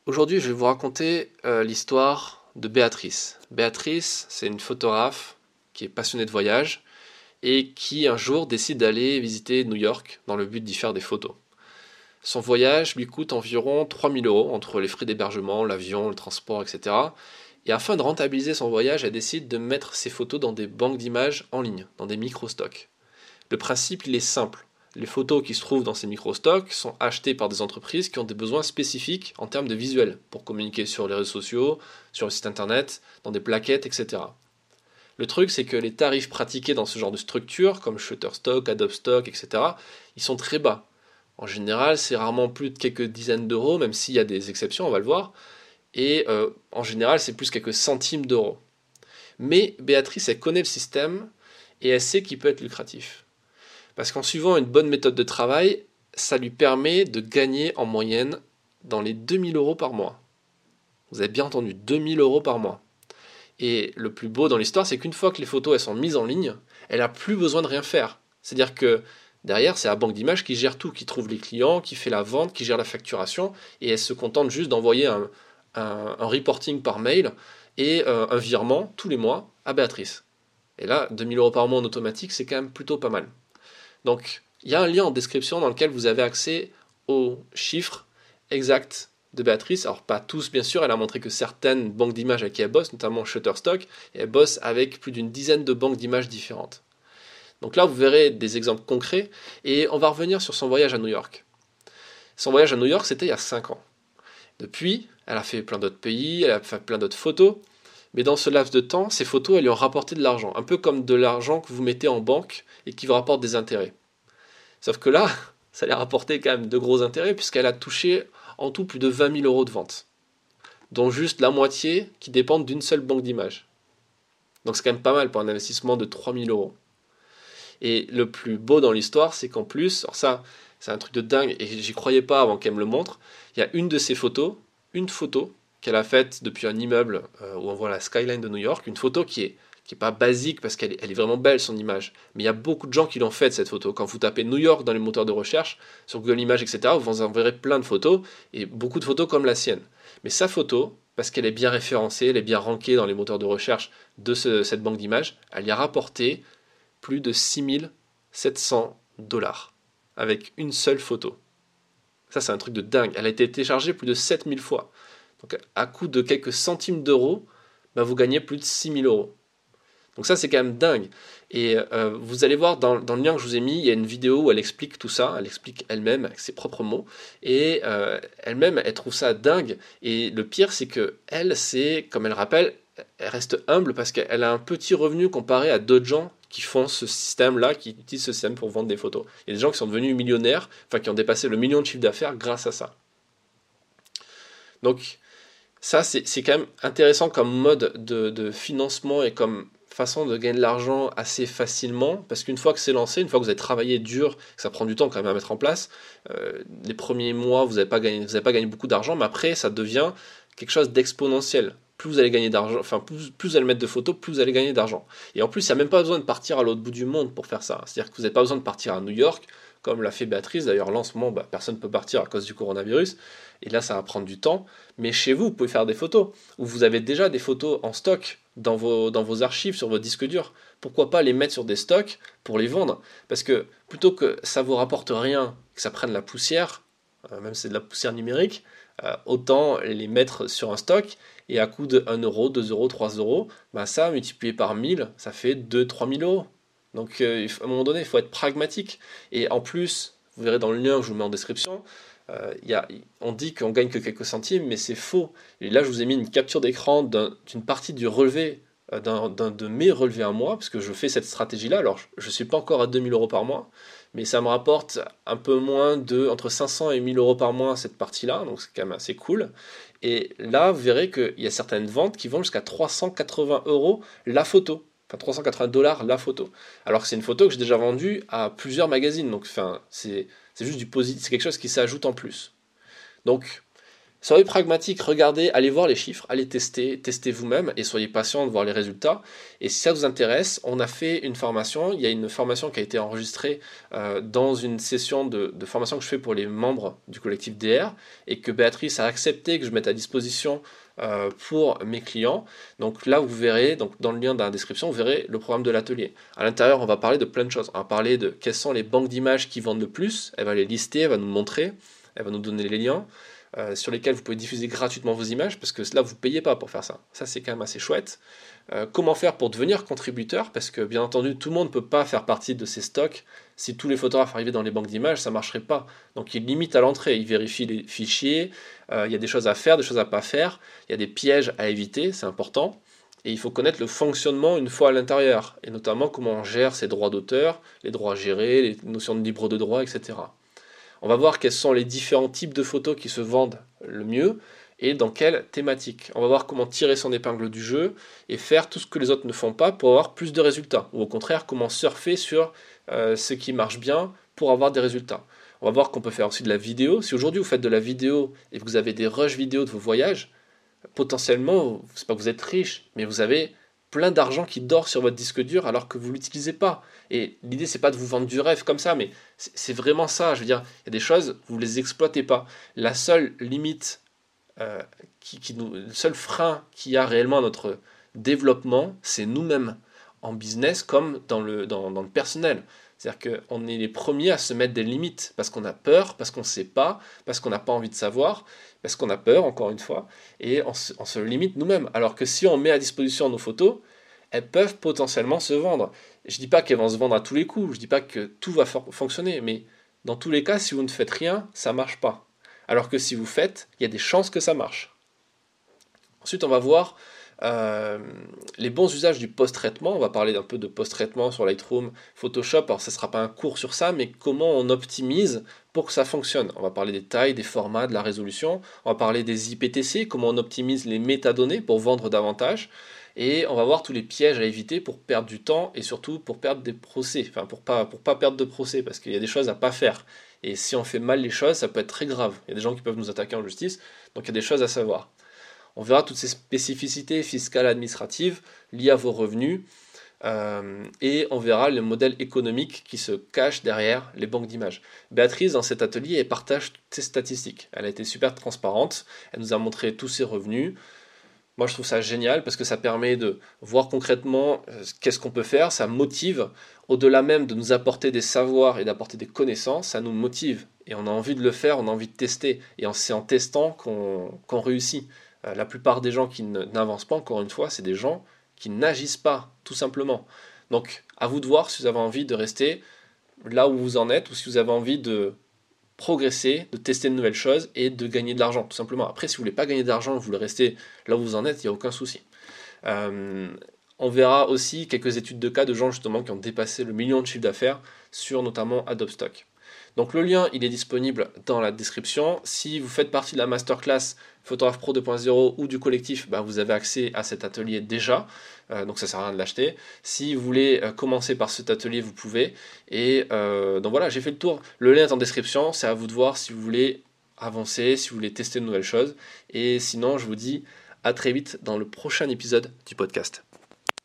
Aujourd'hui, je vais vous raconter l'histoire de Béatrice. Béatrice, c'est une photographe qui est passionnée de voyage et qui un jour décide d'aller visiter New York dans le but d'y faire des photos. Son voyage lui coûte environ 3 000 € entre les frais d'hébergement, l'avion, le transport, etc. Et afin de rentabiliser son voyage, elle décide de mettre ses photos dans des banques d'images en ligne, dans des micro-stocks. Le principe, il est simple. Les photos qui se trouvent dans ces micro-stocks sont achetées par des entreprises qui ont des besoins spécifiques en termes de visuel, pour communiquer sur les réseaux sociaux, sur le site internet, dans des plaquettes, etc. Le truc, c'est que les tarifs pratiqués dans ce genre de structure, comme Shutterstock, Adobe Stock, etc., ils sont très bas. En général, c'est rarement plus de quelques dizaines d'euros, même s'il y a des exceptions, on va le voir. Et en général, c'est plus quelques centimes d'euros. Mais Béatrice, elle connaît le système et elle sait qu'il peut être lucratif. Parce qu'en suivant une bonne méthode de travail, ça lui permet de gagner en moyenne dans les 2 000 € par mois. Vous avez bien entendu, 2 000 € par mois. Et le plus beau dans l'histoire, c'est qu'une fois que les photos elles sont mises en ligne, elle n'a plus besoin de rien faire. C'est-à-dire que derrière, c'est la banque d'images qui gère tout, qui trouve les clients, qui fait la vente, qui gère la facturation, et elle se contente juste d'envoyer un reporting par mail et un virement tous les mois à Béatrice. Et là, 2 000 € par mois en automatique, c'est quand même plutôt pas mal. Donc, il y a un lien en description dans lequel vous avez accès aux chiffres exacts de Béatrice. Alors, pas tous, bien sûr, elle a montré que certaines banques d'images avec qui elle bosse, notamment Shutterstock, et elle bosse avec plus d'une dizaine de banques d'images différentes. Donc là, vous verrez des exemples concrets, et on va revenir sur son voyage à New York. Son voyage à New York, c'était il y a 5 ans. Depuis, elle a fait plein d'autres pays, elle a fait plein d'autres photos, mais dans ce laps de temps, ces photos, elles lui ont rapporté de l'argent, un peu comme de l'argent que vous mettez en banque et qui vous rapporte des intérêts. Sauf que là, ça lui a rapporté quand même de gros intérêts puisqu'elle a touché en tout plus de 20 000 € de vente, dont juste la moitié qui dépendent d'une seule banque d'images. Donc c'est quand même pas mal pour un investissement de 3 000 €. Et le plus beau dans l'histoire, c'est qu'en plus, alors ça, c'est un truc de dingue et j'y croyais pas avant qu'elle me le montre, il y a une de ces photos, une photo qu'elle a faite depuis un immeuble où on voit la skyline de New York, une photo qui est pas basique parce qu'elle est vraiment belle son image, mais il y a beaucoup de gens qui l'ont faite cette photo. Quand vous tapez New York dans les moteurs de recherche, sur Google Images, etc., vous en verrez plein de photos, et beaucoup de photos comme la sienne. Mais sa photo, parce qu'elle est bien référencée, elle est bien rankée dans les moteurs de recherche de cette banque d'images, elle y a rapporté plus de 6 700 $ avec une seule photo. Ça, c'est un truc de dingue. Elle a été téléchargée plus de 7 000 fois. Donc, à coût de quelques centimes d'euros, bah, vous gagnez plus de 6 000 €. Donc ça, c'est quand même dingue. Et vous allez voir dans le lien que je vous ai mis, il y a une vidéo où elle explique tout ça, elle explique elle-même avec ses propres mots, et elle-même, elle trouve ça dingue. Et le pire, c'est que elle, c'est, comme elle rappelle, elle reste humble parce qu'elle a un petit revenu comparé à d'autres gens qui font ce système-là, qui utilisent ce système pour vendre des photos. Il y a des gens qui sont devenus millionnaires, enfin qui ont dépassé le million de chiffre d'affaires grâce à ça. Donc ça, c'est quand même intéressant comme mode de financement et comme façon de gagner de l'argent assez facilement, parce qu'une fois que c'est lancé, une fois que vous avez travaillé dur, que ça prend du temps quand même à mettre en place, les premiers mois, vous n'avez pas gagné beaucoup d'argent, mais après, ça devient quelque chose d'exponentiel. Plus vous allez gagner d'argent, enfin plus vous allez mettre de photos, plus vous allez gagner d'argent. Et en plus, il n'y a même pas besoin de partir à l'autre bout du monde pour faire ça. C'est-à-dire que vous n'avez pas besoin de partir à New York, comme l'a fait Béatrice. D'ailleurs, là en ce moment, personne ne peut partir à cause du coronavirus. Et là, ça va prendre du temps. Mais chez vous, vous pouvez faire des photos. Ou vous avez déjà des photos en stock dans vos archives, sur vos disques durs. Pourquoi pas les mettre sur des stocks pour les vendre? Parce que plutôt que ça vous rapporte rien, que ça prenne la poussière, même si c'est de la poussière numérique, autant les mettre sur un stock et à coût de 1 euro, 2 euros, 3 euros, ça multiplié par 1000, ça fait 2 3 000 €. Donc à un moment donné, il faut être pragmatique. Et en plus, vous verrez dans le lien que je vous mets en description, on dit qu'on gagne que quelques centimes, mais c'est faux. Et là, je vous ai mis une capture d'écran d'une partie du relevé, de mes relevés à moi, parce que je fais cette stratégie-là. Alors, je ne suis pas encore à 2 000 € par mois, mais ça me rapporte un peu moins entre 500 et 1 000 € par mois cette partie-là, donc c'est quand même assez cool. Et là, vous verrez qu'il y a certaines ventes qui vont jusqu'à 380 € la photo. Enfin, 380 $ la photo. Alors que c'est une photo que j'ai déjà vendue à plusieurs magazines. Donc, enfin, c'est juste du positif, c'est quelque chose qui s'ajoute en plus. Donc, Soyez pragmatique, regardez, allez voir les chiffres, allez testez vous-même et soyez patient de voir les résultats. Et si ça vous intéresse, on a fait une formation, il y a une formation qui a été enregistrée dans une session de formation que je fais pour les membres du collectif DR et que Béatrice a accepté que je mette à disposition pour mes clients. Donc là, vous verrez, donc dans le lien dans la description, vous verrez le programme de l'atelier. À l'intérieur, on va parler de plein de choses. On va parler de quelles sont les banques d'images qui vendent le plus. Elle va les lister, elle va nous montrer, elle va nous donner les liens. Sur lesquels vous pouvez diffuser gratuitement vos images, parce que là, vous ne payez pas pour faire ça. Ça, c'est quand même assez chouette. Comment faire pour devenir contributeur, parce que, bien entendu, tout le monde ne peut pas faire partie de ces stocks. Si tous les photographes arrivaient dans les banques d'images, ça ne marcherait pas. Donc, ils limitent à l'entrée, ils vérifient les fichiers, il y a des choses à faire, des choses à ne pas faire, il y a des pièges à éviter, c'est important. Et il faut connaître le fonctionnement une fois à l'intérieur, et notamment comment on gère ses droits d'auteur, les droits gérés, les notions de libre de droit, etc. On va voir quels sont les différents types de photos qui se vendent le mieux et dans quelle thématique. On va voir comment tirer son épingle du jeu et faire tout ce que les autres ne font pas pour avoir plus de résultats. Ou au contraire, comment surfer sur ce qui marche bien pour avoir des résultats. On va voir qu'on peut faire aussi de la vidéo. Si aujourd'hui vous faites de la vidéo et que vous avez des rushs vidéo de vos voyages, potentiellement, c'est pas que vous êtes riche, mais vous avez plein d'argent qui dort sur votre disque dur alors que vous ne l'utilisez pas. Et l'idée, c'est pas de vous vendre du rêve comme ça, mais c'est vraiment ça. Je veux dire, il y a des choses, vous ne les exploitez pas. La seule limite, le seul frein qu'il y a réellement à notre développement, c'est nous-mêmes, en business comme dans le personnel. C'est-à-dire qu'on est les premiers à se mettre des limites parce qu'on a peur, parce qu'on ne sait pas, parce qu'on n'a pas envie de savoir, parce qu'on a peur, encore une fois, et on se limite nous-mêmes. Alors que si on met à disposition nos photos, elles peuvent potentiellement se vendre. Je ne dis pas qu'elles vont se vendre à tous les coups, je ne dis pas que tout va fonctionner, mais dans tous les cas, si vous ne faites rien, ça ne marche pas. Alors que si vous faites, il y a des chances que ça marche. Ensuite, on va voir les bons usages du post-traitement. On va parler un peu de post-traitement sur Lightroom, Photoshop. Alors, ce ne sera pas un cours sur ça, mais comment on optimise pour que ça fonctionne. On va parler des tailles, des formats, de la résolution. On va parler des IPTC, comment on optimise les métadonnées pour vendre davantage. Et on va voir tous les pièges à éviter pour perdre du temps et surtout pour perdre des procès. Enfin, pour pas perdre de procès, parce qu'il y a des choses à pas faire. Et si on fait mal les choses, ça peut être très grave. Il y a des gens qui peuvent nous attaquer en justice, donc il y a des choses à savoir. On verra toutes ces spécificités fiscales et administratives liées à vos revenus et on verra le modèle économique qui se cache derrière les banques d'images. Béatrice, dans cet atelier, elle partage toutes ses statistiques. Elle a été super transparente, elle nous a montré tous ses revenus. Moi, je trouve ça génial parce que ça permet de voir concrètement qu'est-ce qu'on peut faire, ça motive. Au-delà même de nous apporter des savoirs et d'apporter des connaissances, ça nous motive. Et on a envie de le faire, on a envie de tester. Et c'est en testant qu'on réussit. La plupart des gens qui n'avancent pas, encore une fois, c'est des gens qui n'agissent pas, tout simplement. Donc, à vous de voir si vous avez envie de rester là où vous en êtes ou si vous avez envie de progresser, de tester de nouvelles choses et de gagner de l'argent, tout simplement. Après, si vous ne voulez pas gagner d'argent, vous voulez rester là où vous en êtes, il n'y a aucun souci. On verra aussi quelques études de cas de gens justement qui ont dépassé le 1 million de chiffre d'affaires sur notamment Adobe Stock. Donc le lien, il est disponible dans la description. Si vous faites partie de la masterclass Photographe Pro 2.0 ou du collectif, vous avez accès à cet atelier déjà. Donc ça ne sert à rien de l'acheter. Si vous voulez commencer par cet atelier, vous pouvez. Et donc voilà, j'ai fait le tour. Le lien est en description. C'est à vous de voir si vous voulez avancer, si vous voulez tester de nouvelles choses. Et sinon, je vous dis à très vite dans le prochain épisode du podcast.